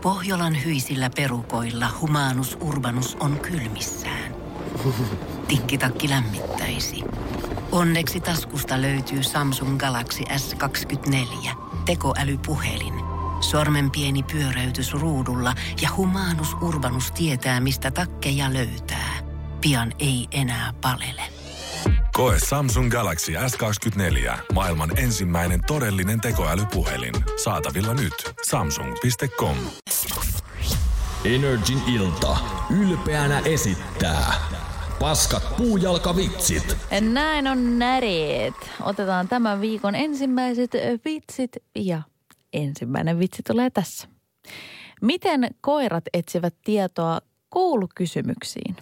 Pohjolan hyisillä perukoilla Humanus Urbanus on kylmissään. Tikkitakki lämmittäisi. Onneksi taskusta löytyy Samsung Galaxy S24, tekoälypuhelin. Sormen pieni pyöräytys ruudulla ja Humanus Urbanus tietää, mistä takkeja löytää. Pian ei enää palele. Koe Samsung Galaxy S24. Maailman ensimmäinen todellinen tekoälypuhelin. Saatavilla nyt. Samsung.com. Energin ilta ylpeänä esittää paskat puujalkavitsit. Näin on näreet. Otetaan tämän viikon ensimmäiset vitsit ja ensimmäinen vitsi tulee tässä. Miten koirat etsivät tietoa koulukysymyksiin?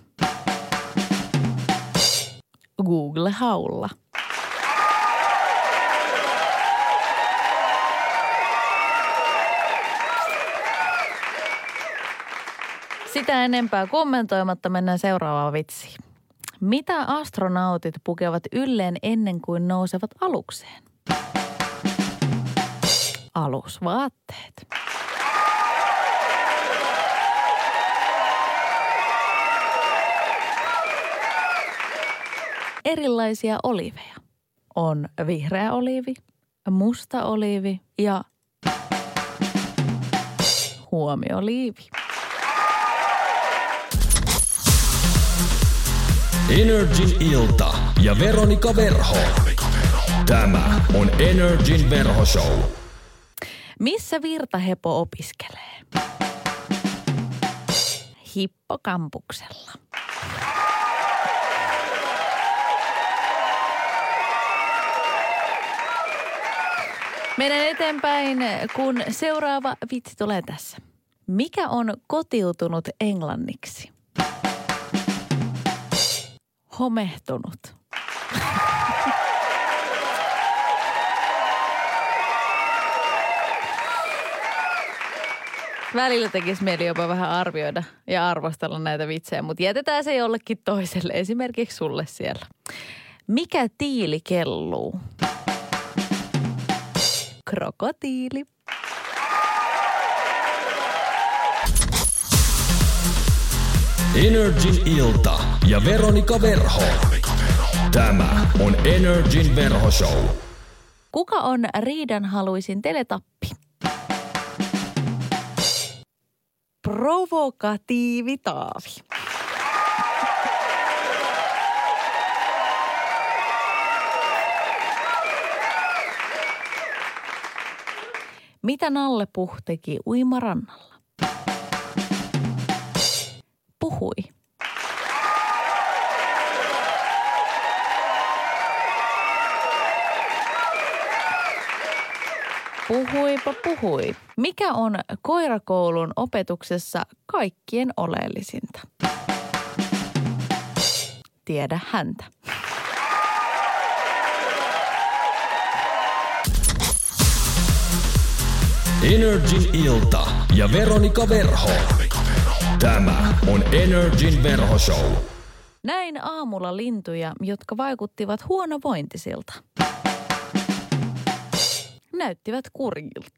Google-haulla. Sitä enempää kommentoimatta mennään seuraavaan vitsiin. Mitä astronautit pukevat ylleen ennen kuin nousevat alukseen? Alusvaatteet. Erilaisia oliiveja. On vihreä oliivi, musta oliivi ja huomioliivi. Energin ilta ja Veronika Verho. Tämä on Energin Verho-show. Missä virtahepo opiskelee? Hippokampuksella. Menen eteenpäin, kun seuraava vitsi tulee tässä. Mikä on kotiutunut englanniksi? Homehtunut. Välillä tekisi mieli jopa vähän arvioida ja arvostella näitä vitsejä, mutta jätetään se jollekin toiselle, esimerkiksi sulle siellä. Mikä tiili kelluu? Krokotiili. Energin ilta ja Veronika Verho. Tämä on Energin Verho-show. Kuka on riidanhaluisin teletappi? Provokatiivi Taavi. Mitä Nalle Puh teki uimarannalla? Puhui. Puhuipa puhui. Mikä on koirakoulun opetuksessa kaikkien oleellisinta? Tiedä häntä. Energin ilta ja Veronika Verho. Tämä on Energin Verho-show. Näin aamulla lintuja, jotka vaikuttivat huonovointisilta. Näyttivät kurjilta.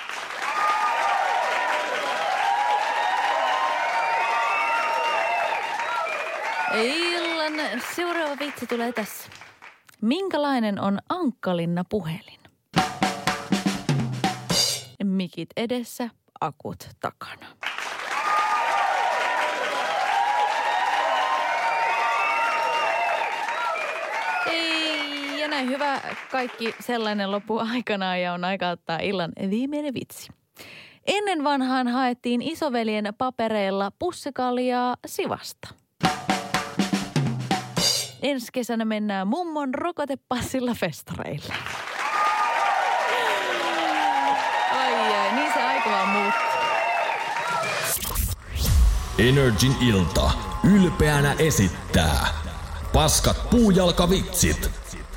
Illan seuraava vitsi tulee tässä. Minkälainen on Ankkalinna puhelin? Mikit edessä, akut takana. Ei, ja näin hyvä kaikki sellainen loppu aikanaan ja on aika ottaa illan viimeinen vitsi. Ennen vanhaan haettiin isoveljen papereilla pussikaljaa Sivasta. Ensi kesänä mennään mummon rokotepassilla festareille. Ai, niin se aika vaan muuttuu. Energin ilta ylpeänä esittää paskat puujalkavitsit.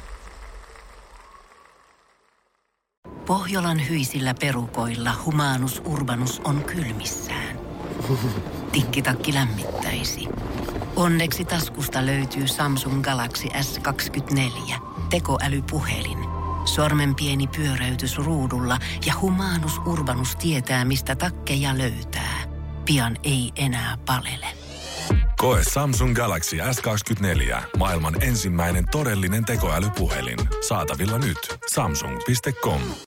Pohjolan hyisillä perukoilla Humanus Urbanus on kylmissään. Tikkitakki lämmittäisi. Onneksi taskusta löytyy Samsung Galaxy S24, tekoälypuhelin. Sormen pieni pyöräytys ruudulla ja Humanus Urbanus tietää, mistä takkeja löytää. Pian ei enää palele. Koe Samsung Galaxy S24. Maailman ensimmäinen todellinen tekoälypuhelin. Saatavilla nyt. Samsung.com.